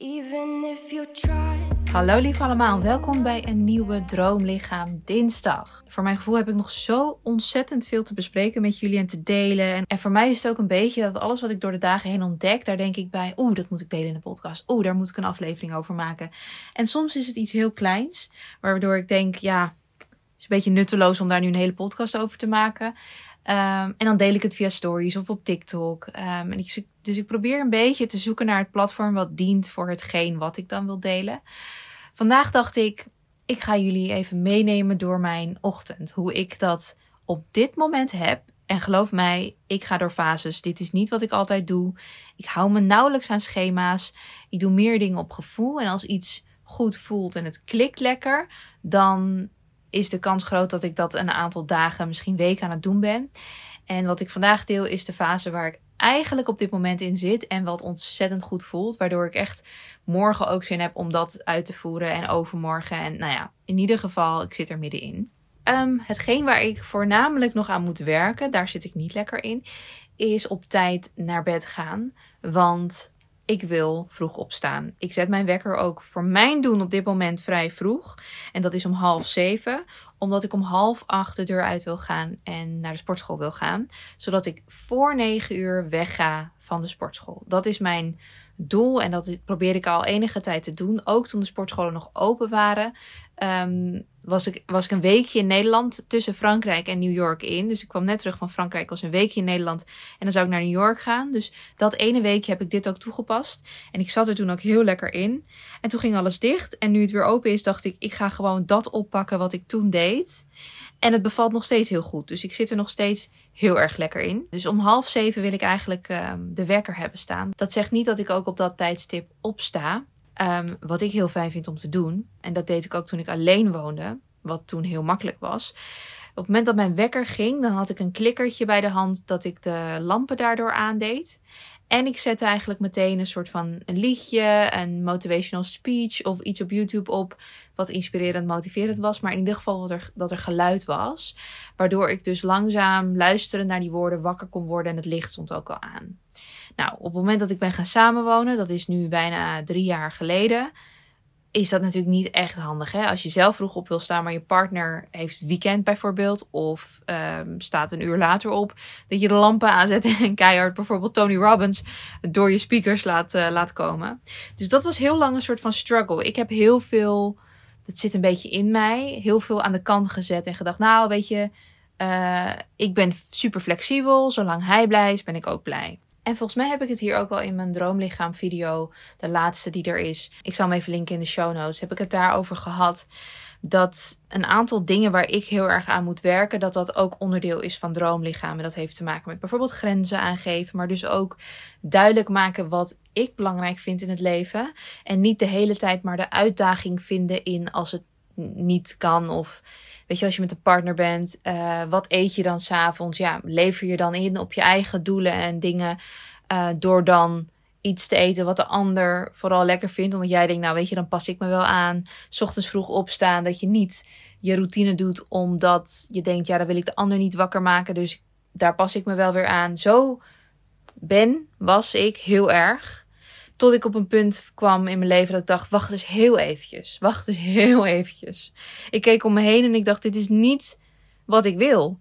Even if you try. Hallo lief allemaal, welkom bij een nieuwe Droomlichaam dinsdag. Voor mijn gevoel heb ik nog zo ontzettend veel te bespreken met jullie en te delen. En voor mij is het ook een beetje dat alles wat ik door de dagen heen ontdek, daar denk ik bij, dat moet ik delen in de podcast. Daar moet ik een aflevering over maken. En soms is het iets heel kleins, waardoor ik denk, het is een beetje nutteloos om daar nu een hele podcast over te maken. En dan deel ik het via stories of op TikTok. Dus ik probeer een beetje te zoeken naar het platform wat dient voor hetgeen wat ik dan wil delen. Vandaag dacht ik ga jullie even meenemen door mijn ochtend. Hoe ik dat op dit moment heb. En geloof mij, ik ga door fases. Dit is niet wat ik altijd doe. Ik hou me nauwelijks aan schema's. Ik doe meer dingen op gevoel. En als iets goed voelt en het klikt lekker, dan is de kans groot dat ik dat een aantal dagen, misschien weken aan het doen ben. En wat ik vandaag deel is de fase waar ik eigenlijk op dit moment in zit en wat ontzettend goed voelt. Waardoor ik echt morgen ook zin heb om dat uit te voeren en overmorgen. En in ieder geval, ik zit er middenin. Hetgeen waar ik voornamelijk nog aan moet werken, daar zit ik niet lekker in, is op tijd naar bed gaan. Want ik wil vroeg opstaan. Ik zet mijn wekker ook voor mijn doen op dit moment vrij vroeg. En dat is om 6:30. Omdat ik om 7:30 de deur uit wil gaan en naar de sportschool wil gaan. Zodat ik voor 9:00 wegga van de sportschool. Dat is mijn doel en dat probeer ik al enige tijd te doen. Ook toen de sportscholen nog open waren. Was ik een weekje in Nederland tussen Frankrijk en New York in. Dus ik kwam net terug van Frankrijk, was een weekje in Nederland. En dan zou ik naar New York gaan. Dus dat ene weekje heb ik dit ook toegepast. En ik zat er toen ook heel lekker in. En toen ging alles dicht. En nu het weer open is, dacht ik ga gewoon dat oppakken wat ik toen deed. En het bevalt nog steeds heel goed. Dus ik zit er nog steeds heel erg lekker in. Dus om 6:30 wil ik eigenlijk de wekker hebben staan. Dat zegt niet dat ik ook op dat tijdstip opsta. Wat ik heel fijn vind om te doen. En dat deed ik ook toen ik alleen woonde. Wat toen heel makkelijk was. Op het moment dat mijn wekker ging, dan had ik een klikkertje bij de hand dat ik de lampen daardoor aandeed. En ik zette eigenlijk meteen een soort van een liedje, een motivational speech of iets op YouTube op wat inspirerend, motiverend was. Maar in ieder geval dat er geluid was. Waardoor ik dus langzaam luisterend naar die woorden wakker kon worden en het licht stond ook al aan. Nou, op het moment dat ik ben gaan samenwonen, dat is nu bijna 3 jaar geleden, is dat natuurlijk niet echt handig. Hè? Als je zelf vroeg op wil staan, maar je partner heeft weekend bijvoorbeeld, of staat een uur later op, dat je de lampen aanzet en keihard bijvoorbeeld Tony Robbins door je speakers laat komen. Dus dat was heel lang een soort van struggle. Ik heb heel veel, dat zit een beetje in mij, heel veel aan de kant gezet en gedacht, ik ben super flexibel. Zolang hij blij is, ben ik ook blij. En volgens mij heb ik het hier ook al in mijn Droomlichaam video, de laatste die er is. Ik zal hem even linken in de show notes. Heb ik het daarover gehad dat een aantal dingen waar ik heel erg aan moet werken, dat ook onderdeel is van Droomlichaam. En dat heeft te maken met bijvoorbeeld grenzen aangeven, maar dus ook duidelijk maken wat ik belangrijk vind in het leven. En niet de hele tijd maar de uitdaging vinden in als het niet kan of weet je, als je met een partner bent, wat eet je dan 's avonds? Ja, lever je dan in op je eigen doelen en dingen door dan iets te eten wat de ander vooral lekker vindt. Omdat jij denkt, dan pas ik me wel aan. 's Ochtends vroeg opstaan, dat je niet je routine doet omdat je denkt, dan wil ik de ander niet wakker maken. Dus daar pas ik me wel weer aan. Zo was ik heel erg. Tot ik op een punt kwam in mijn leven dat ik dacht, wacht eens heel eventjes. Ik keek om me heen en ik dacht, dit is niet wat ik wil.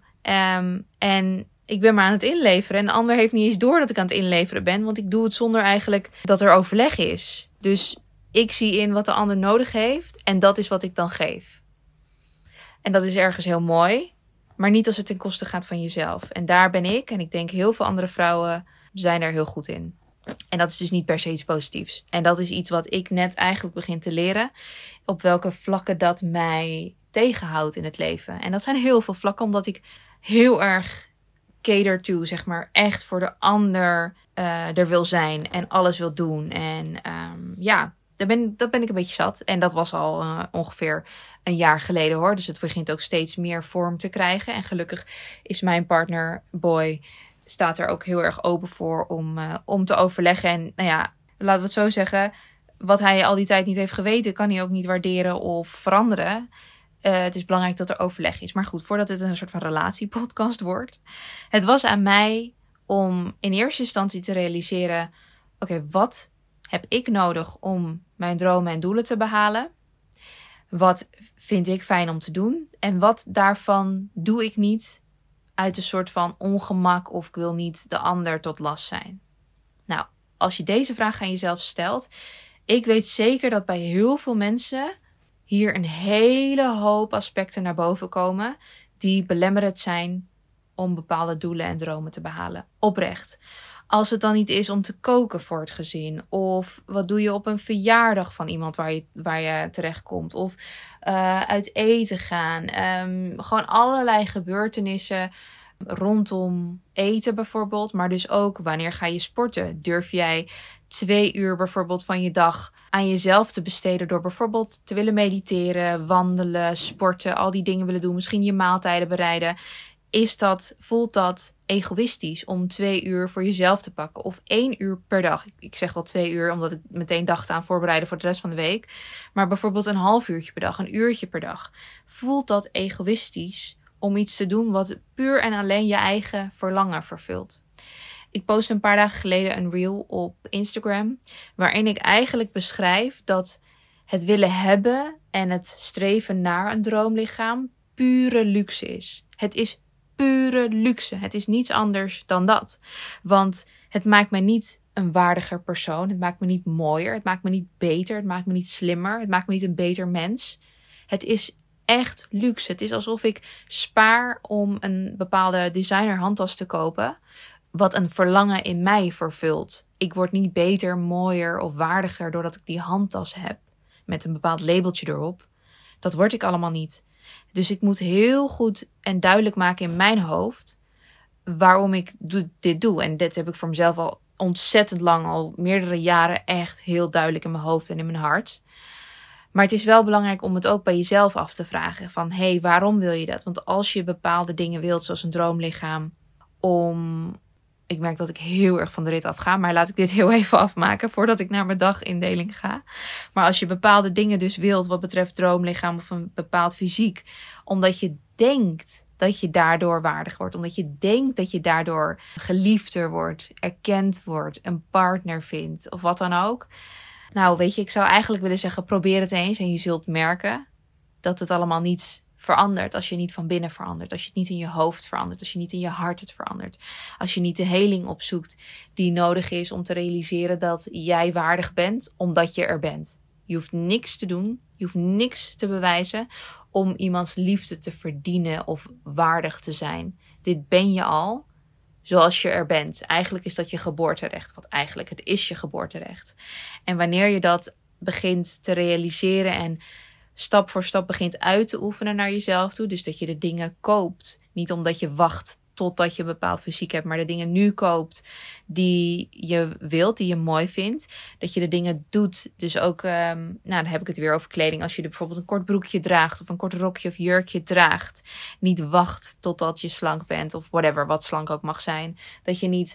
En ik ben maar aan het inleveren. En de ander heeft niet eens door dat ik aan het inleveren ben. Want ik doe het zonder eigenlijk dat er overleg is. Dus ik zie in wat de ander nodig heeft. En dat is wat ik dan geef. En dat is ergens heel mooi. Maar niet als het ten koste gaat van jezelf. En daar ben ik. En ik denk heel veel andere vrouwen zijn daar heel goed in. En dat is dus niet per se iets positiefs. En dat is iets wat ik net eigenlijk begin te leren. Op welke vlakken dat mij tegenhoudt in het leven. En dat zijn heel veel vlakken. Omdat ik heel erg cater to, zeg maar. Echt voor de ander er wil zijn. En alles wil doen. En dat ben ik een beetje zat. En dat was al ongeveer een jaar geleden hoor. Dus het begint ook steeds meer vorm te krijgen. En gelukkig is mijn partner, Boy, staat er ook heel erg open voor om te overleggen. En laten we het zo zeggen, wat hij al die tijd niet heeft geweten, kan hij ook niet waarderen of veranderen. Het is belangrijk dat er overleg is. Maar goed, voordat het een soort van relatiepodcast wordt. Het was aan mij om in eerste instantie te realiseren, oké, wat heb ik nodig om mijn dromen en doelen te behalen? Wat vind ik fijn om te doen? En wat daarvan doe ik niet uit een soort van ongemak of ik wil niet de ander tot last zijn? Nou, als je deze vraag aan jezelf stelt, ik weet zeker dat bij heel veel mensen hier een hele hoop aspecten naar boven komen die belemmerend zijn om bepaalde doelen en dromen te behalen. Oprecht. Als het dan niet is om te koken voor het gezin. Of wat doe je op een verjaardag van iemand waar je terechtkomt. Of uit eten gaan. Gewoon allerlei gebeurtenissen rondom eten bijvoorbeeld. Maar dus ook wanneer ga je sporten? Durf jij 2 uur bijvoorbeeld van je dag aan jezelf te besteden door bijvoorbeeld te willen mediteren, wandelen, sporten, al die dingen willen doen. Misschien je maaltijden bereiden. Voelt dat egoïstisch om 2 uur voor jezelf te pakken? Of 1 uur per dag? Ik zeg wel 2 uur, omdat ik meteen dacht aan voorbereiden voor de rest van de week. Maar bijvoorbeeld een half uurtje per dag, een uurtje per dag. Voelt dat egoïstisch om iets te doen wat puur en alleen je eigen verlangen vervult? Ik postte een paar dagen geleden een reel op Instagram, waarin ik eigenlijk beschrijf dat het willen hebben en het streven naar een droomlichaam pure luxe is. Het is pure luxe. Het is niets anders dan dat. Want het maakt me niet een waardiger persoon. Het maakt me niet mooier. Het maakt me niet beter. Het maakt me niet slimmer. Het maakt me niet een beter mens. Het is echt luxe. Het is alsof ik spaar om een bepaalde designer handtas te kopen, wat een verlangen in mij vervult. Ik word niet beter, mooier of waardiger doordat ik die handtas heb met een bepaald labeltje erop. Dat word ik allemaal niet. Dus ik moet heel goed en duidelijk maken in mijn hoofd waarom ik dit doe. En dit heb ik voor mezelf al ontzettend lang, al meerdere jaren, echt heel duidelijk in mijn hoofd en in mijn hart. Maar het is wel belangrijk om het ook bij jezelf af te vragen. Van, hey, waarom wil je dat? Want als je bepaalde dingen wilt, zoals een droomlichaam, ik merk dat ik heel erg van de rit afga, maar laat ik dit heel even afmaken voordat ik naar mijn dagindeling ga. Maar als je bepaalde dingen dus wilt wat betreft droomlichaam of een bepaald fysiek, omdat je denkt dat je daardoor waardig wordt, omdat je denkt dat je daardoor geliefder wordt, erkend wordt, een partner vindt of wat dan ook. Nou, weet je, ik zou eigenlijk willen zeggen, probeer het eens en je zult merken dat het allemaal niets verandert als je niet van binnen verandert. Als je het niet in je hoofd verandert. Als je niet in je hart het verandert. Als je niet de heling opzoekt die nodig is om te realiseren dat jij waardig bent omdat je er bent. Je hoeft niks te doen. Je hoeft niks te bewijzen om iemands liefde te verdienen of waardig te zijn. Dit ben je al zoals je er bent. Eigenlijk is dat je geboorterecht. Het is je geboorterecht. En wanneer je dat begint te realiseren en stap voor stap begint uit te oefenen naar jezelf toe. Dus dat je de dingen koopt. Niet omdat je wacht totdat je een bepaald fysiek hebt. Maar de dingen nu koopt die je wilt, die je mooi vindt. Dat je de dingen doet. Dus ook, dan heb ik het weer over kleding. Als je bijvoorbeeld een kort broekje draagt. Of een kort rokje of jurkje draagt. Niet wacht totdat je slank bent. Of whatever, wat slank ook mag zijn. Dat je niet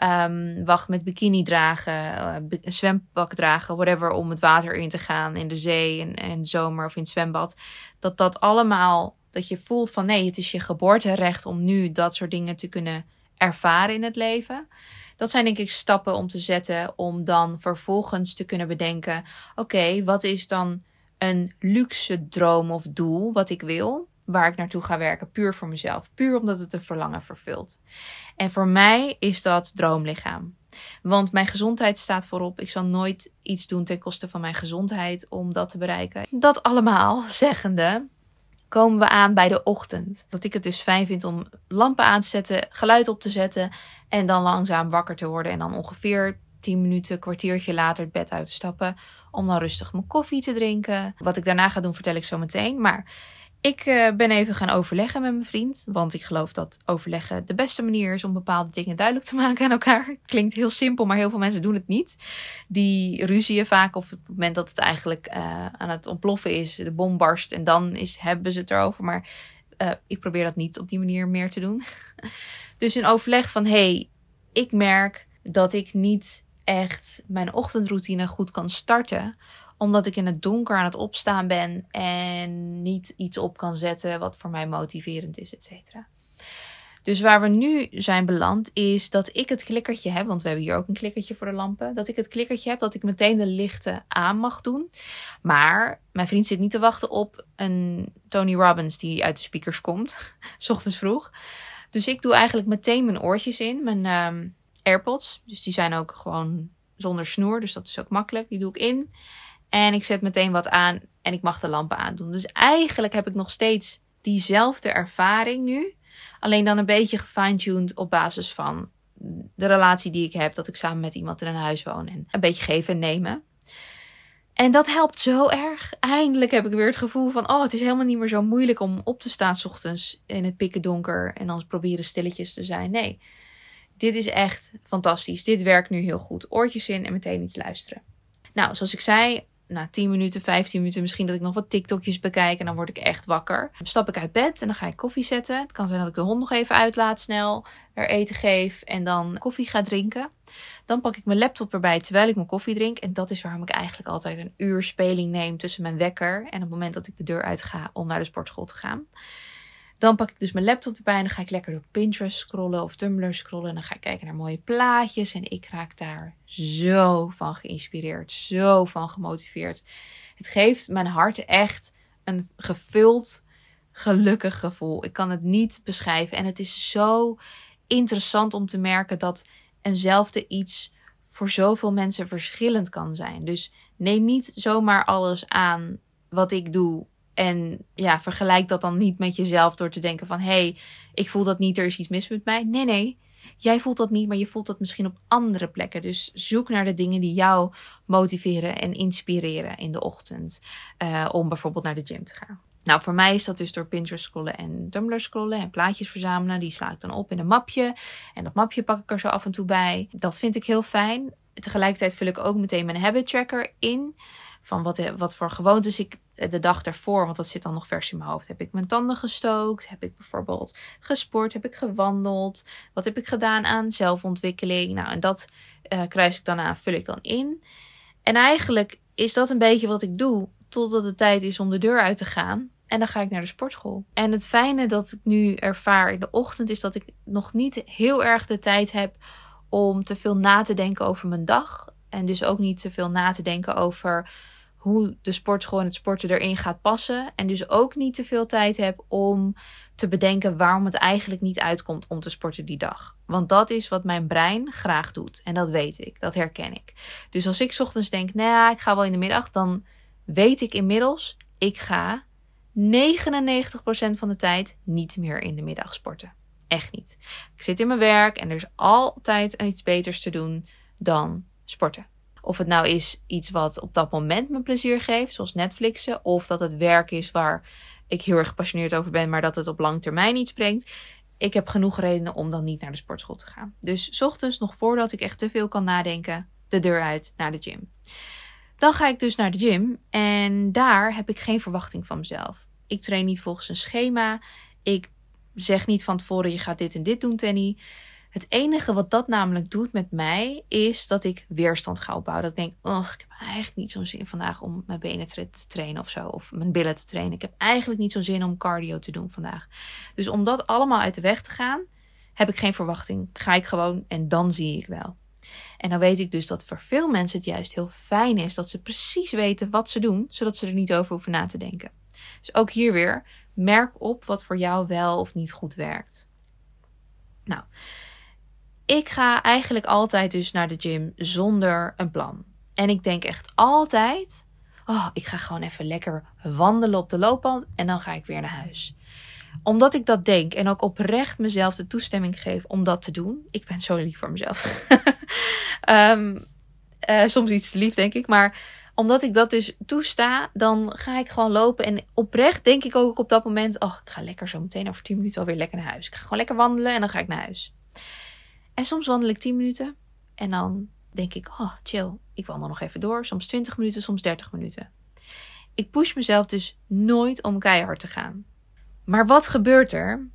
wacht met bikini dragen, een zwempak dragen, whatever, om het water in te gaan, in de zee en zomer of in het zwembad. Dat allemaal, dat je voelt van nee, het is je geboorterecht om nu dat soort dingen te kunnen ervaren in het leven. Dat zijn denk ik stappen om te zetten om dan vervolgens te kunnen bedenken, oké, wat is dan een luxe droom of doel wat ik wil, waar ik naartoe ga werken, puur voor mezelf. Puur omdat het een verlangen vervult. En voor mij is dat droomlichaam. Want mijn gezondheid staat voorop. Ik zal nooit iets doen ten koste van mijn gezondheid om dat te bereiken. Dat allemaal zeggende, komen we aan bij de ochtend. Dat ik het dus fijn vind om lampen aan te zetten, geluid op te zetten en dan langzaam wakker te worden. En dan ongeveer 10 minuten, kwartiertje later het bed uit te stappen om dan rustig mijn koffie te drinken. Wat ik daarna ga doen vertel ik zo meteen. Maar ik ben even gaan overleggen met mijn vriend. Want ik geloof dat overleggen de beste manier is om bepaalde dingen duidelijk te maken aan elkaar. Klinkt heel simpel, maar heel veel mensen doen het niet. Die ruzieën vaak of het moment dat het eigenlijk aan het ontploffen is. De bom barst en dan hebben ze het erover. Maar ik probeer dat niet op die manier meer te doen. Dus in overleg van ik merk dat ik niet echt mijn ochtendroutine goed kan starten, omdat ik in het donker aan het opstaan ben en niet iets op kan zetten wat voor mij motiverend is, et cetera. Dus waar we nu zijn beland is dat ik het klikkertje heb. Want we hebben hier ook een klikkertje voor de lampen. Dat ik het klikkertje heb dat ik meteen de lichten aan mag doen. Maar mijn vriend zit niet te wachten op een Tony Robbins die uit de speakers komt. 's Ochtends vroeg. Dus ik doe eigenlijk meteen mijn oortjes in. Mijn AirPods. Dus die zijn ook gewoon zonder snoer. Dus dat is ook makkelijk. Die doe ik in. En ik zet meteen wat aan. En ik mag de lampen aandoen. Dus eigenlijk heb ik nog steeds diezelfde ervaring nu. Alleen dan een beetje gefine-tuned op basis van de relatie die ik heb. Dat ik samen met iemand in een huis woon. En een beetje geven en nemen. En dat helpt zo erg. Eindelijk heb ik weer het gevoel van... het is helemaal niet meer zo moeilijk om op te staan 's ochtends in het pikken donker. En dan proberen stilletjes te zijn. Nee, dit is echt fantastisch. Dit werkt nu heel goed. Oortjes in en meteen iets luisteren. Nou, zoals ik zei... Na 10 minuten, 15 minuten, misschien dat ik nog wat TikTokjes bekijk en dan word ik echt wakker. Dan stap ik uit bed en dan ga ik koffie zetten. Het kan zijn dat ik de hond nog even uitlaat snel, er eten geef en dan koffie ga drinken. Dan pak ik mijn laptop erbij terwijl ik mijn koffie drink. En dat is waarom ik eigenlijk altijd een uur speling neem tussen mijn wekker en het moment dat ik de deur uit ga om naar de sportschool te gaan. Dan pak ik dus mijn laptop erbij en dan ga ik lekker door Pinterest scrollen of Tumblr scrollen. En dan ga ik kijken naar mooie plaatjes en ik raak daar zo van geïnspireerd, zo van gemotiveerd. Het geeft mijn hart echt een gevuld, gelukkig gevoel. Ik kan het niet beschrijven en het is zo interessant om te merken dat eenzelfde iets voor zoveel mensen verschillend kan zijn. Dus neem niet zomaar alles aan wat ik doe. En ja, vergelijk dat dan niet met jezelf door te denken van... hey, ik voel dat niet, er is iets mis met mij. Nee, jij voelt dat niet, maar je voelt dat misschien op andere plekken. Dus zoek naar de dingen die jou motiveren en inspireren in de ochtend. Om bijvoorbeeld naar de gym te gaan. Nou, voor mij is dat dus door Pinterest scrollen en Tumblr scrollen en plaatjes verzamelen. Die sla ik dan op in een mapje. En dat mapje pak ik er zo af en toe bij. Dat vind ik heel fijn. Tegelijkertijd vul ik ook meteen mijn habit tracker in... Van wat voor gewoontes ik de dag ervoor, want dat zit dan nog vers in mijn hoofd. Heb ik mijn tanden gestookt? Heb ik bijvoorbeeld gesport? Heb ik gewandeld? Wat heb ik gedaan aan zelfontwikkeling? Nou, en dat kruis ik dan aan, vul ik dan in. En eigenlijk is dat een beetje wat ik doe, totdat het tijd is om de deur uit te gaan. En dan ga ik naar de sportschool. En het fijne dat ik nu ervaar in de ochtend is dat ik nog niet heel erg de tijd heb om te veel na te denken over mijn dag. En dus ook niet te veel na te denken over hoe de sportschool en het sporten erin gaat passen. En dus ook niet te veel tijd heb om te bedenken waarom het eigenlijk niet uitkomt om te sporten die dag. Want dat is wat mijn brein graag doet. En dat weet ik, dat herken ik. Dus als ik 's ochtends denk, ik ga wel in de middag, dan weet ik inmiddels, ik ga 99% van de tijd niet meer in de middag sporten. Echt niet. Ik zit in mijn werk en er is altijd iets beters te doen dan sporten. Of het nou is iets wat op dat moment me plezier geeft, zoals Netflixen. Of dat het werk is waar ik heel erg gepassioneerd over ben, maar dat het op lange termijn iets brengt. Ik heb genoeg redenen om dan niet naar de sportschool te gaan. Dus 's ochtends, nog voordat ik echt te veel kan nadenken, de deur uit naar de gym. Dan ga ik dus naar de gym en daar heb ik geen verwachting van mezelf. Ik train niet volgens een schema. Ik zeg niet van tevoren, je gaat dit en dit doen, Tenny. Het enige wat dat namelijk doet met mij, is dat ik weerstand ga opbouwen. Dat ik denk, ik heb eigenlijk niet zo'n zin vandaag om mijn benen te trainen of zo. Of mijn billen te trainen. Ik heb eigenlijk niet zo'n zin om cardio te doen vandaag. Dus om dat allemaal uit de weg te gaan, heb ik geen verwachting. Ga ik gewoon en dan zie ik wel. En dan weet ik dus dat voor veel mensen het juist heel fijn is dat ze precies weten wat ze doen, zodat ze er niet over hoeven na te denken. Dus ook hier weer, merk op wat voor jou wel of niet goed werkt. Nou, ik ga eigenlijk altijd dus naar de gym zonder een plan. En ik denk echt altijd, ik ga gewoon even lekker wandelen op de loopband en dan ga ik weer naar huis. Omdat ik dat denk en ook oprecht mezelf de toestemming geef om dat te doen. Ik ben zo lief voor mezelf. Soms iets te lief, denk ik. Maar omdat ik dat dus toesta, dan ga ik gewoon lopen. En oprecht denk ik ook op dat moment, ik ga lekker zo meteen over 10 minuten alweer lekker naar huis. Ik ga gewoon lekker wandelen en dan ga ik naar huis. En soms wandel ik 10 minuten en dan denk ik, chill, ik wandel nog even door. Soms 20 minuten, soms 30 minuten. Ik push mezelf dus nooit om keihard te gaan. Maar wat gebeurt er?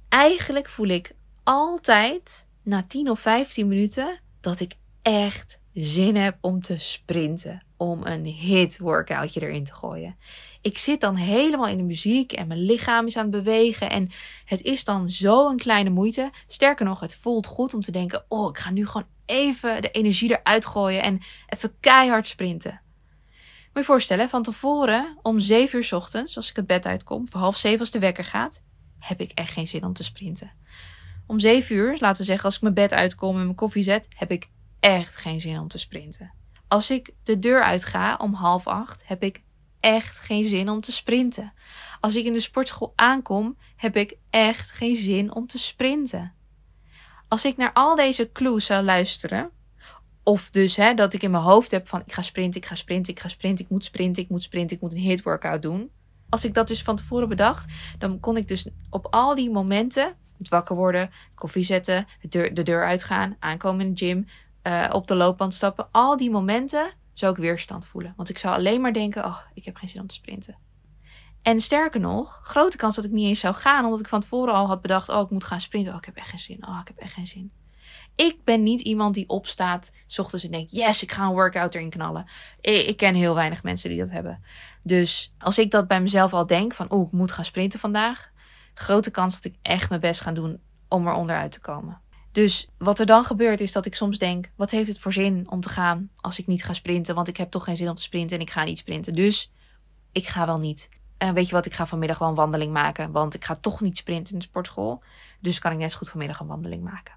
Eigenlijk voel ik altijd na 10 of 15 minuten dat ik echt zin heb om te sprinten. Om een hit workoutje erin te gooien. Ik zit dan helemaal in de muziek en mijn lichaam is aan het bewegen. En het is dan zo een kleine moeite. Sterker nog, het voelt goed om te denken, oh, ik ga nu gewoon even de energie eruit gooien en even keihard sprinten. Moet je je voorstellen, van tevoren om 7 uur 's ochtends, als ik het bed uitkom, voor 6:30 als de wekker gaat, heb ik echt geen zin om te sprinten. Om 7 uur, laten we zeggen, als ik mijn bed uitkom en mijn koffie zet, heb ik echt geen zin om te sprinten. Als ik de deur uitga om 7:30, heb ik echt geen zin om te sprinten. Als ik in de sportschool aankom, heb ik echt geen zin om te sprinten. Als ik naar al deze clues zou luisteren, of dus dat ik in mijn hoofd heb van ik ga sprinten, ik moet sprinten, ik moet een hit workout doen. Als ik dat dus van tevoren bedacht, dan kon ik dus op al die momenten, het wakker worden, koffie zetten, de deur uitgaan, aankomen in de gym, op de loopband stappen. Al die momenten zou ik weerstand voelen. Want ik zou alleen maar denken, oh, ik heb geen zin om te sprinten. En sterker nog, grote kans dat ik niet eens zou gaan, omdat ik van tevoren al had bedacht, oh, ik moet gaan sprinten. Oh, ik heb echt geen zin. Ik ben niet iemand die opstaat 's ochtends en denkt, yes, ik ga een workout erin knallen. Ik ken heel weinig mensen die dat hebben. Dus als ik dat bij mezelf al denk, van ik moet gaan sprinten vandaag, grote kans dat ik echt mijn best ga doen om er onderuit te komen. Dus wat er dan gebeurt is dat ik soms denk, wat heeft het voor zin om te gaan als ik niet ga sprinten? Want ik heb toch geen zin om te sprinten en ik ga niet sprinten. Dus ik ga wel niet. En weet je wat, ik ga vanmiddag wel een wandeling maken. Want ik ga toch niet sprinten in de sportschool. Dus kan ik net zo goed vanmiddag een wandeling maken.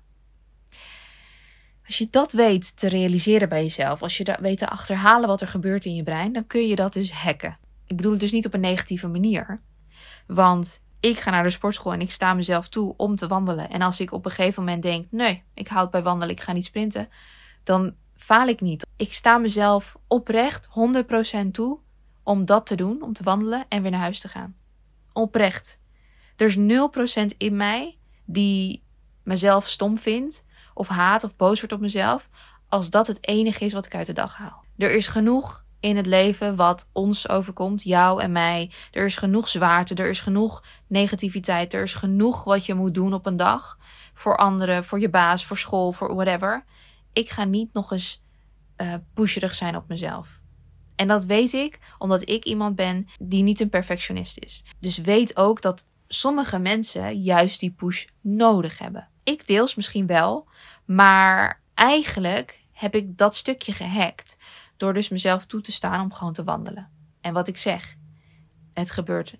Als je dat weet te realiseren bij jezelf, als je weet te achterhalen wat er gebeurt in je brein, dan kun je dat dus hacken. Ik bedoel het dus niet op een negatieve manier. Want ik ga naar de sportschool en ik sta mezelf toe om te wandelen. En als ik op een gegeven moment denk, nee, ik houd bij wandelen, ik ga niet sprinten, dan faal ik niet. Ik sta mezelf oprecht 100% toe om dat te doen, om te wandelen en weer naar huis te gaan. Oprecht. Er is 0% in mij die mezelf stom vindt of haat of boos wordt op mezelf, als dat het enige is wat ik uit de dag haal. Er is genoeg in het leven wat ons overkomt, jou en mij. Er is genoeg zwaarte, er is genoeg negativiteit, er is genoeg wat je moet doen op een dag. Voor anderen, voor je baas, voor school, voor whatever. Ik ga niet nog eens pusherig zijn op mezelf. En dat weet ik omdat ik iemand ben die niet een perfectionist is. Dus weet ook dat sommige mensen juist die push nodig hebben. Ik deels misschien wel, maar eigenlijk heb ik dat stukje gehackt. Door dus mezelf toe te staan om gewoon te wandelen. En wat ik zeg, het gebeurt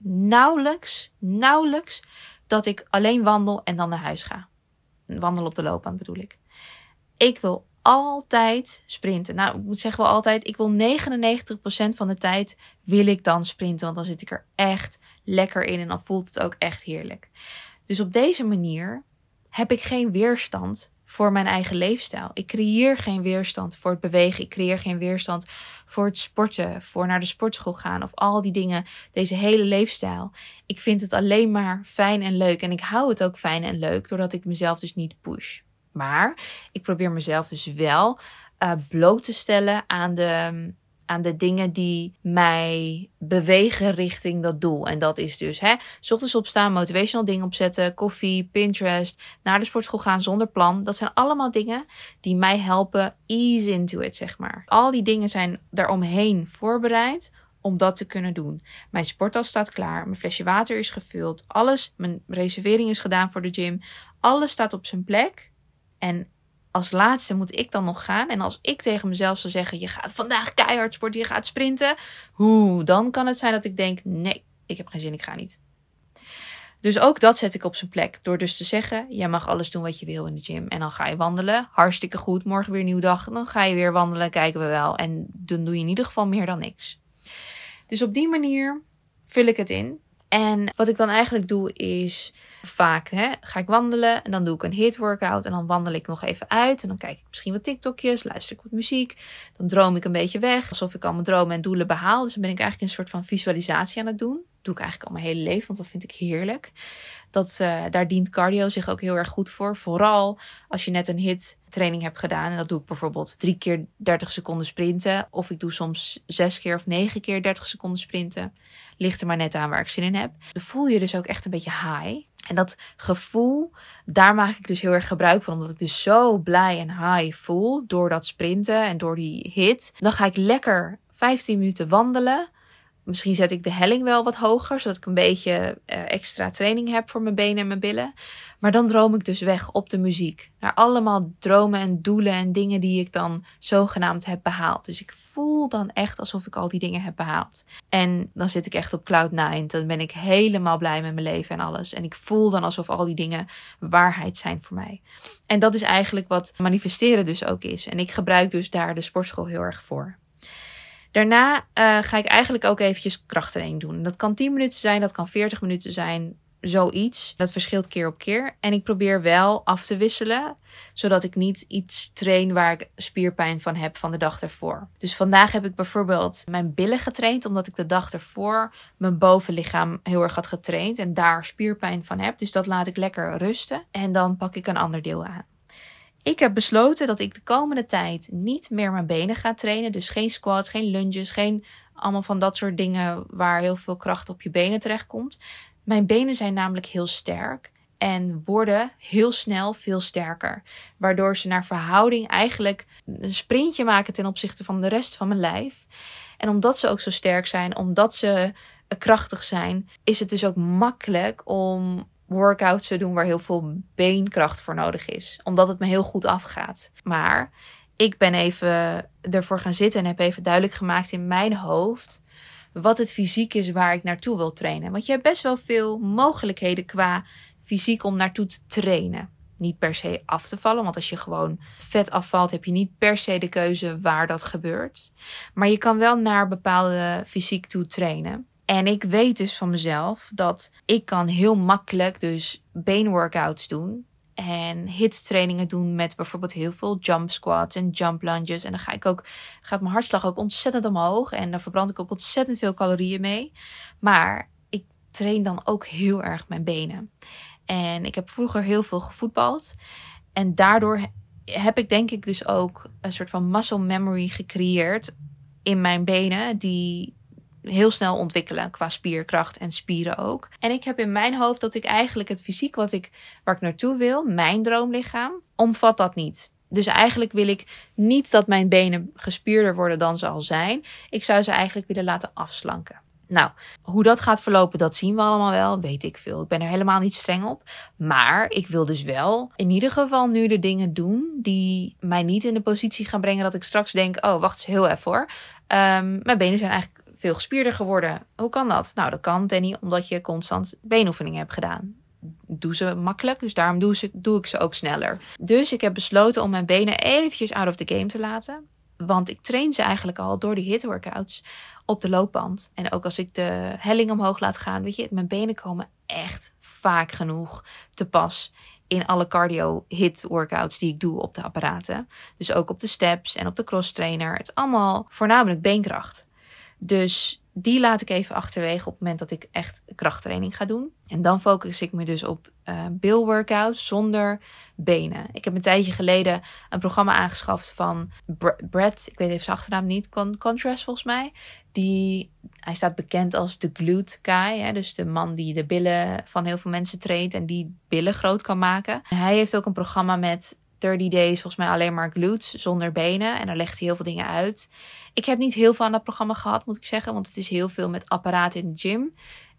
nauwelijks dat ik alleen wandel en dan naar huis ga. Wandelen op de loopband bedoel ik. Ik wil altijd sprinten. Nou, ik moet zeggen wel altijd, ik wil 99% van de tijd wil ik dan sprinten. Want dan zit ik er echt lekker in en dan voelt het ook echt heerlijk. Dus op deze manier heb ik geen weerstand voor mijn eigen leefstijl. Ik creëer geen weerstand voor het bewegen. Ik creëer geen weerstand voor het sporten, voor naar de sportschool gaan of al die dingen, deze hele leefstijl. Ik vind het alleen maar fijn en leuk en ik hou het ook fijn en leuk doordat ik mezelf dus niet push. Maar ik probeer mezelf dus wel bloot te stellen aan de dingen die mij bewegen richting dat doel. En dat is dus 's ochtends opstaan, motivational dingen opzetten, koffie, Pinterest, naar de sportschool gaan zonder plan. Dat zijn allemaal dingen die mij helpen ease into it, zeg maar. Al die dingen zijn daaromheen voorbereid om dat te kunnen doen. Mijn sporttas staat klaar, mijn flesje water is gevuld, alles, mijn reservering is gedaan voor de gym. Alles staat op zijn plek. En als laatste moet ik dan nog gaan. En als ik tegen mezelf zou zeggen, je gaat vandaag keihard sporten, je gaat sprinten. Dan kan het zijn dat ik denk, nee, ik heb geen zin, ik ga niet. Dus ook dat zet ik op zijn plek. Door dus te zeggen, jij mag alles doen wat je wil in de gym. En dan ga je wandelen. Hartstikke goed, morgen weer een nieuwe dag. Dan ga je weer wandelen, kijken we wel. En dan doe je in ieder geval meer dan niks. Dus op die manier vul ik het in. En wat ik dan eigenlijk doe is, vaak ga ik wandelen en dan doe ik een HIIT workout en dan wandel ik nog even uit en dan kijk ik misschien wat TikTokjes, luister ik wat muziek, dan droom ik een beetje weg, alsof ik al mijn dromen en doelen behaal. Dus dan ben ik eigenlijk een soort van visualisatie aan het doen. Dat doe ik eigenlijk al mijn hele leven, want dat vind ik heerlijk. Daar dient cardio zich ook heel erg goed voor. Vooral als je net een HIIT training hebt gedaan. En dat doe ik bijvoorbeeld 3 keer 30 seconden sprinten. Of ik doe soms 6 keer of 9 keer 30 seconden sprinten. Ligt er maar net aan waar ik zin in heb. Dan voel je dus ook echt een beetje high. En dat gevoel, daar maak ik dus heel erg gebruik van. Omdat ik dus zo blij en high voel door dat sprinten en door die hit. Dan ga ik lekker 15 minuten wandelen. Misschien zet ik de helling wel wat hoger, zodat ik een beetje extra training heb voor mijn benen en mijn billen. Maar dan droom ik dus weg op de muziek. Naar allemaal dromen en doelen en dingen die ik dan zogenaamd heb behaald. Dus ik voel dan echt alsof ik al die dingen heb behaald. En dan zit ik echt op cloud 9. Dan ben ik helemaal blij met mijn leven en alles. En ik voel dan alsof al die dingen waarheid zijn voor mij. En dat is eigenlijk wat manifesteren dus ook is. En ik gebruik dus daar de sportschool heel erg voor. Daarna ga ik eigenlijk ook eventjes krachttraining doen. Dat kan 10 minuten zijn, dat kan 40 minuten zijn, zoiets. Dat verschilt keer op keer. En ik probeer wel af te wisselen, zodat ik niet iets train waar ik spierpijn van heb van de dag ervoor. Dus vandaag heb ik bijvoorbeeld mijn billen getraind, omdat ik de dag ervoor mijn bovenlichaam heel erg had getraind en daar spierpijn van heb. Dus dat laat ik lekker rusten en dan pak ik een ander deel aan. Ik heb besloten dat ik de komende tijd niet meer mijn benen ga trainen. Dus geen squats, geen lunges, geen allemaal van dat soort dingen waar heel veel kracht op je benen terechtkomt. Mijn benen zijn namelijk heel sterk en worden heel snel veel sterker. Waardoor ze naar verhouding eigenlijk een sprintje maken ten opzichte van de rest van mijn lijf. En omdat ze ook zo sterk zijn, omdat ze krachtig zijn, is het dus ook makkelijk om workouts te doen waar heel veel beenkracht voor nodig is. Omdat het me heel goed afgaat. Maar ik ben even ervoor gaan zitten en heb even duidelijk gemaakt in mijn hoofd wat het fysiek is waar ik naartoe wil trainen. Want je hebt best wel veel mogelijkheden qua fysiek om naartoe te trainen. Niet per se af te vallen, want als je gewoon vet afvalt, heb je niet per se de keuze waar dat gebeurt. Maar je kan wel naar bepaalde fysiek toe trainen. En ik weet dus van mezelf dat ik kan heel makkelijk dus beenworkouts doen. En HIIT trainingen doen met bijvoorbeeld heel veel jump squats en jump lunges. En dan gaat mijn hartslag ook ontzettend omhoog. En dan verbrand ik ook ontzettend veel calorieën mee. Maar ik train dan ook heel erg mijn benen. En ik heb vroeger heel veel gevoetbald. En daardoor heb ik denk ik dus ook een soort van muscle memory gecreëerd in mijn benen. Die heel snel ontwikkelen qua spierkracht en spieren ook. En ik heb in mijn hoofd dat ik eigenlijk het fysiek waar ik naartoe wil, mijn droomlichaam, omvat dat niet. Dus eigenlijk wil ik niet dat mijn benen gespierder worden dan ze al zijn. Ik zou ze eigenlijk willen laten afslanken. Nou, hoe dat gaat verlopen, dat zien we allemaal wel, weet ik veel. Ik ben er helemaal niet streng op. Maar ik wil dus wel in ieder geval nu de dingen doen die mij niet in de positie gaan brengen dat ik straks denk, oh, wacht eens heel even hoor. Mijn benen zijn eigenlijk veel gespierder geworden. Hoe kan dat? Nou, dat kan, Danny, omdat je constant beenoefeningen hebt gedaan. Doe ze makkelijk, dus daarom doe ik ze ook sneller. Dus ik heb besloten om mijn benen eventjes out of the game te laten. Want ik train ze eigenlijk al door die HIIT workouts op de loopband. En ook als ik de helling omhoog laat gaan, weet je, mijn benen komen echt vaak genoeg te pas in alle cardio HIIT workouts die ik doe op de apparaten. Dus ook op de steps en op de cross trainer. Het is allemaal voornamelijk beenkracht. Dus die laat ik even achterwege op het moment dat ik echt krachttraining ga doen. En dan focus ik me dus op bilworkouts zonder benen. Ik heb een tijdje geleden een programma aangeschaft van Brett. Ik weet even zijn achternaam niet. Contrast volgens mij. Hij staat bekend als de glute guy. Hè? Dus de man die de billen van heel veel mensen traint en die billen groot kan maken. En hij heeft ook een programma met 30 days, volgens mij alleen maar glutes zonder benen. En daar legt hij heel veel dingen uit. Ik heb niet heel veel aan dat programma gehad, moet ik zeggen. Want het is heel veel met apparaten in de gym.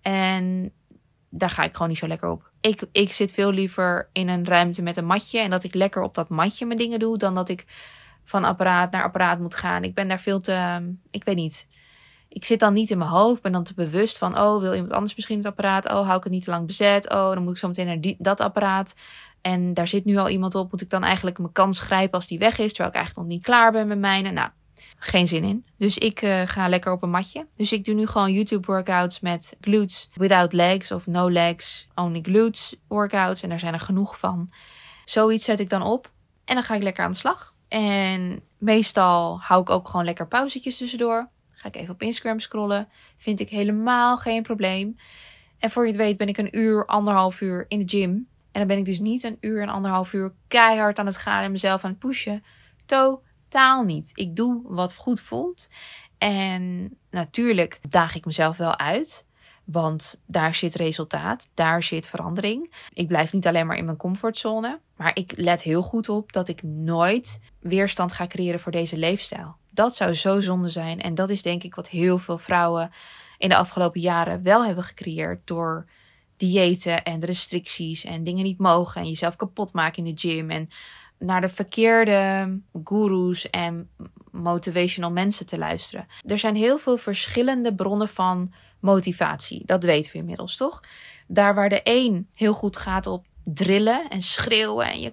En daar ga ik gewoon niet zo lekker op. Ik zit veel liever in een ruimte met een matje. En dat ik lekker op dat matje mijn dingen doe. Dan dat ik van apparaat naar apparaat moet gaan. Ik ben daar veel te... Ik weet niet. Ik zit dan niet in mijn hoofd. Ik ben dan te bewust van... Oh, wil iemand anders misschien het apparaat? Oh, hou ik het niet te lang bezet? Oh, dan moet ik zo meteen naar dat apparaat. En daar zit nu al iemand op. Moet ik dan eigenlijk mijn kans grijpen als die weg is? Terwijl ik eigenlijk nog niet klaar ben met mijne. Nou, geen zin in. Dus ik ga lekker op een matje. Dus ik doe nu gewoon YouTube workouts met glutes without legs of no legs. Only glutes workouts. En daar zijn er genoeg van. Zoiets zet ik dan op. En dan ga ik lekker aan de slag. En meestal hou ik ook gewoon lekker pauzetjes tussendoor. Ga ik even op Instagram scrollen. Vind ik helemaal geen probleem. En voor je het weet ben ik 1 uur, 1,5 uur in de gym. En dan ben ik dus niet 1 uur en 1,5 uur keihard aan het gaan en mezelf aan het pushen. Totaal niet. Ik doe wat goed voelt. En natuurlijk daag ik mezelf wel uit. Want daar zit resultaat, daar zit verandering. Ik blijf niet alleen maar in mijn comfortzone. Maar ik let heel goed op dat ik nooit weerstand ga creëren voor deze leefstijl. Dat zou zo zonde zijn. En dat is denk ik wat heel veel vrouwen in de afgelopen jaren wel hebben gecreëerd. Door diëten en restricties en dingen niet mogen. En jezelf kapot maken in de gym. En naar de verkeerde goeroes en motivational mensen te luisteren. Er zijn heel veel verschillende bronnen van motivatie. Dat weten we inmiddels, toch? Daar waar de een heel goed gaat op drillen en schreeuwen en je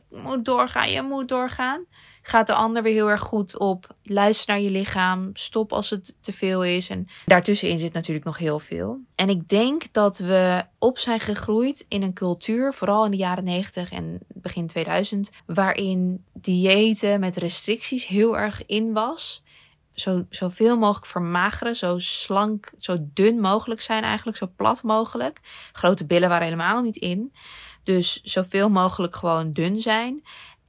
moet doorgaan, gaat de ander weer heel erg goed op luister naar je lichaam, stop als het te veel is. En daartussenin zit natuurlijk nog heel veel. En ik denk dat we op zijn gegroeid in een cultuur, vooral in de jaren 90 en begin 2000, waarin diëten met restricties heel erg in was. Zoveel mogelijk vermageren, zo slank, zo dun mogelijk zijn eigenlijk, zo plat mogelijk. Grote billen waren helemaal niet in. Dus zoveel mogelijk gewoon dun zijn.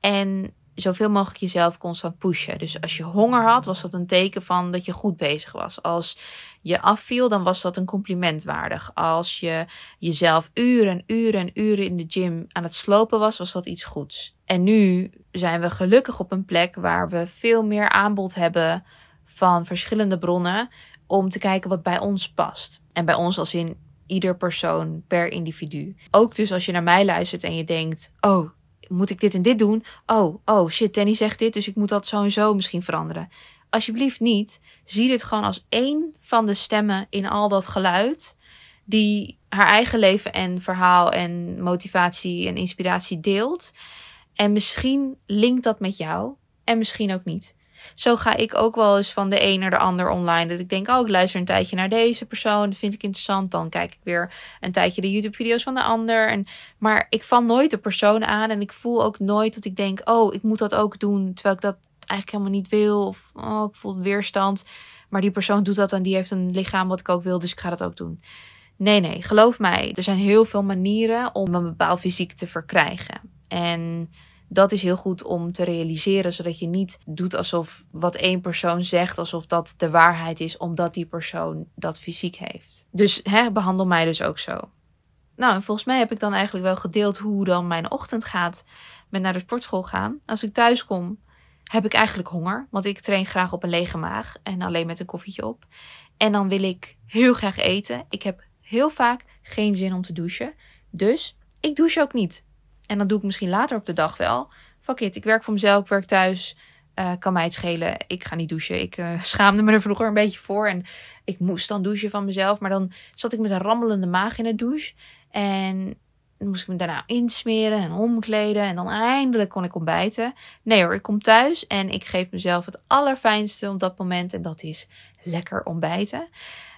En zoveel mogelijk jezelf constant pushen. Dus als je honger had, was dat een teken van dat je goed bezig was. Als je afviel, dan was dat een compliment waardig. Als je jezelf uren in de gym aan het slopen was, was dat iets goeds. En nu zijn we gelukkig op een plek waar we veel meer aanbod hebben van verschillende bronnen om te kijken wat bij ons past. En bij ons als in ieder persoon per individu. Ook dus als je naar mij luistert en je denkt, oh, moet ik dit en dit doen? Oh shit, Danny zegt dit, dus ik moet dat zo en zo misschien veranderen. Alsjeblieft niet. Zie dit gewoon als één van de stemmen in al dat geluid die haar eigen leven en verhaal en motivatie en inspiratie deelt. En misschien linkt dat met jou en misschien ook niet. Zo ga ik ook wel eens van de een naar de ander online. Dat ik denk, ik luister een tijdje naar deze persoon. Dat vind ik interessant. Dan kijk ik weer een tijdje de YouTube-video's van de ander. Maar ik val nooit de persoon aan. En ik voel ook nooit dat ik denk, ik moet dat ook doen. Terwijl ik dat eigenlijk helemaal niet wil. Of ik voel weerstand. Maar die persoon doet dat en die heeft een lichaam wat ik ook wil. Dus ik ga dat ook doen. Nee, geloof mij. Er zijn heel veel manieren om een bepaald fysiek te verkrijgen. En dat is heel goed om te realiseren, zodat je niet doet alsof wat één persoon zegt, alsof dat de waarheid is, omdat die persoon dat fysiek heeft. Dus behandel mij dus ook zo. Nou, en volgens mij heb ik dan eigenlijk wel gedeeld hoe dan mijn ochtend gaat met naar de sportschool gaan. Als ik thuis kom, heb ik eigenlijk honger, want ik train graag op een lege maag en alleen met een koffietje op. En dan wil ik heel graag eten. Ik heb heel vaak geen zin om te douchen, dus ik douche ook niet. En dan doe ik misschien later op de dag wel. Fuck it, ik werk voor mezelf, ik werk thuis. Kan mij het schelen. Ik ga niet douchen. Ik schaamde me er vroeger een beetje voor. En ik moest dan douchen van mezelf. Maar dan zat ik met een rammelende maag in de douche. En dan moest ik me daarna insmeren en omkleden. En dan eindelijk kon ik ontbijten. Nee hoor, ik kom thuis en ik geef mezelf het allerfijnste op dat moment. En dat is lekker ontbijten.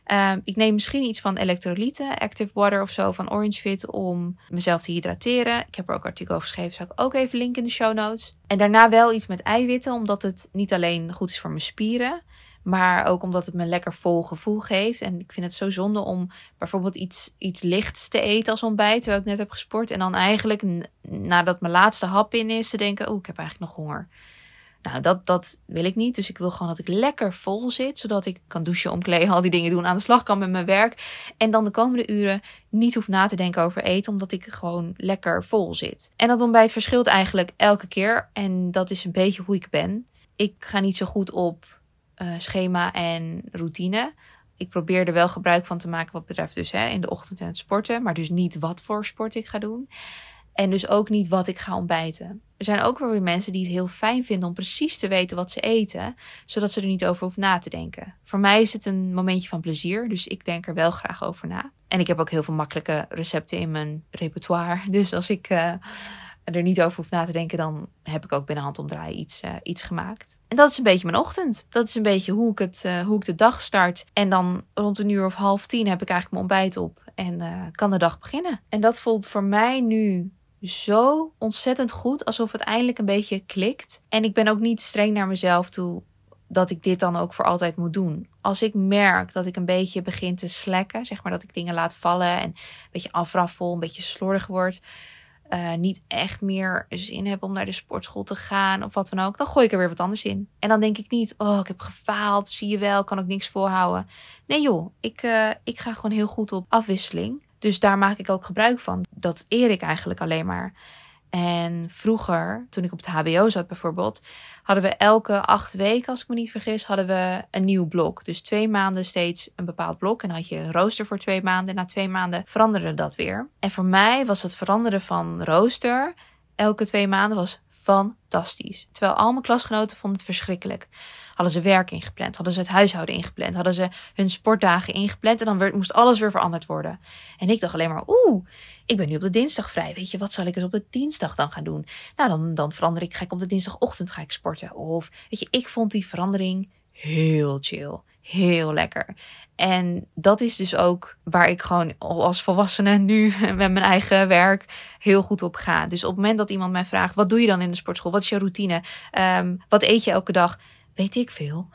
Ik neem misschien iets van elektrolyten, Active Water of zo van Orangefit om mezelf te hydrateren. Ik heb er ook een artikel over geschreven, zal ik ook even linken in de show notes. En daarna wel iets met eiwitten, omdat het niet alleen goed is voor mijn spieren, maar ook omdat het me een lekker vol gevoel geeft. En ik vind het zo zonde om bijvoorbeeld iets lichts te eten als ontbijt, terwijl ik net heb gesport. En dan eigenlijk, nadat mijn laatste hap in is, te denken, ik heb eigenlijk nog honger. Nou, dat wil ik niet. Dus ik wil gewoon dat ik lekker vol zit. Zodat ik kan douchen, omkleden, al die dingen doen. Aan de slag kan met mijn werk. En dan de komende uren niet hoef na te denken over eten. Omdat ik gewoon lekker vol zit. En dat ontbijt verschilt eigenlijk elke keer. En dat is een beetje hoe ik ben. Ik ga niet zo goed op schema en routine. Ik probeer er wel gebruik van te maken wat betreft dus in de ochtend en het sporten. Maar dus niet wat voor sport ik ga doen. En dus ook niet wat ik ga ontbijten. Er zijn ook wel weer mensen die het heel fijn vinden om precies te weten wat ze eten, zodat ze er niet over hoeven na te denken. Voor mij is het een momentje van plezier, dus ik denk er wel graag over na. En ik heb ook heel veel makkelijke recepten in mijn repertoire. Dus als ik er niet over hoef na te denken, dan heb ik ook binnen handomdraai iets gemaakt. En dat is een beetje mijn ochtend. Dat is een beetje hoe ik de dag start. En dan rond 9:30 heb ik eigenlijk mijn ontbijt op en kan de dag beginnen. En dat voelt voor mij nu zo ontzettend goed, alsof het eindelijk een beetje klikt. En ik ben ook niet streng naar mezelf toe dat ik dit dan ook voor altijd moet doen. Als ik merk dat ik een beetje begin te slacken, zeg maar dat ik dingen laat vallen en een beetje afraffel, een beetje slordig word, niet echt meer zin heb om naar de sportschool te gaan of wat dan ook, dan gooi ik er weer wat anders in. En dan denk ik niet, ik heb gefaald, zie je wel, kan ook niks volhouden. Nee joh, ik ga gewoon heel goed op afwisseling. Dus daar maak ik ook gebruik van. Dat eer ik eigenlijk alleen maar. En vroeger, toen ik op het HBO zat bijvoorbeeld, hadden we elke 8 weken, als ik me niet vergis, hadden we een nieuw blok. Dus 2 maanden steeds een bepaald blok. En dan had je een rooster voor 2 maanden. En na 2 maanden veranderde dat weer. En voor mij was het veranderen van rooster elke 2 maanden was fantastisch. Terwijl al mijn klasgenoten vonden het verschrikkelijk. Hadden ze werk ingepland, hadden ze het huishouden ingepland, hadden ze hun sportdagen ingepland en dan moest alles weer veranderd worden. En ik dacht alleen maar, ik ben nu op de dinsdag vrij. Weet je, wat zal ik eens op de dinsdag dan gaan doen? Nou, dan verander ik, ga ik op de dinsdagochtend ga ik sporten. Of, weet je, ik vond die verandering heel chill, heel lekker. En dat is dus ook waar ik gewoon als volwassene nu met mijn eigen werk heel goed op ga. Dus op het moment dat iemand mij vraagt, wat doe je dan in de sportschool? Wat is jouw routine? Wat eet je elke dag? Weet ik veel.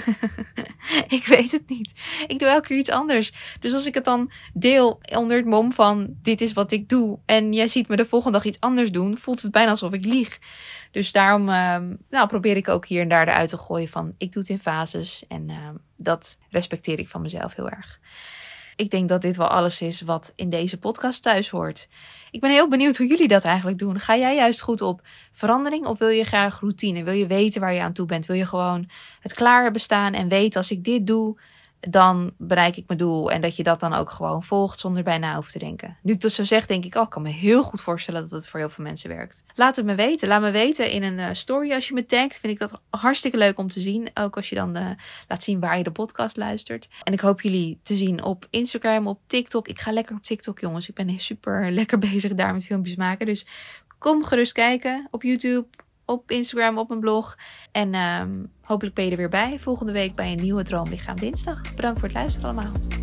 Ik weet het niet. Ik doe elke keer iets anders. Dus als ik het dan deel onder het mom van dit is wat ik doe en jij ziet me de volgende dag iets anders doen, voelt het bijna alsof ik lieg. Dus daarom probeer ik ook hier en daar eruit te gooien van ik doe het in fases en dat respecteer ik van mezelf heel erg. Ik denk dat dit wel alles is wat in deze podcast thuis hoort. Ik ben heel benieuwd hoe jullie dat eigenlijk doen. Ga jij juist goed op verandering of wil je graag routine? Wil je weten waar je aan toe bent? Wil je gewoon het klaar hebben staan en weten als ik dit doe, dan bereik ik mijn doel. En dat je dat dan ook gewoon volgt zonder bij na hoeft te denken. Nu ik dat zo zeg, denk ik, ik kan me heel goed voorstellen dat het voor heel veel mensen werkt. Laat het me weten. Laat me weten in een story als je me tagt. Vind ik dat hartstikke leuk om te zien. Ook als je dan laat zien waar je de podcast luistert. En ik hoop jullie te zien op Instagram, op TikTok. Ik ga lekker op TikTok, jongens. Ik ben super lekker bezig daar met filmpjes maken. Dus kom gerust kijken op YouTube, op Instagram, op mijn blog. En hopelijk ben je er weer bij volgende week bij een nieuwe Droomlichaam Dinsdag. Bedankt voor het luisteren allemaal.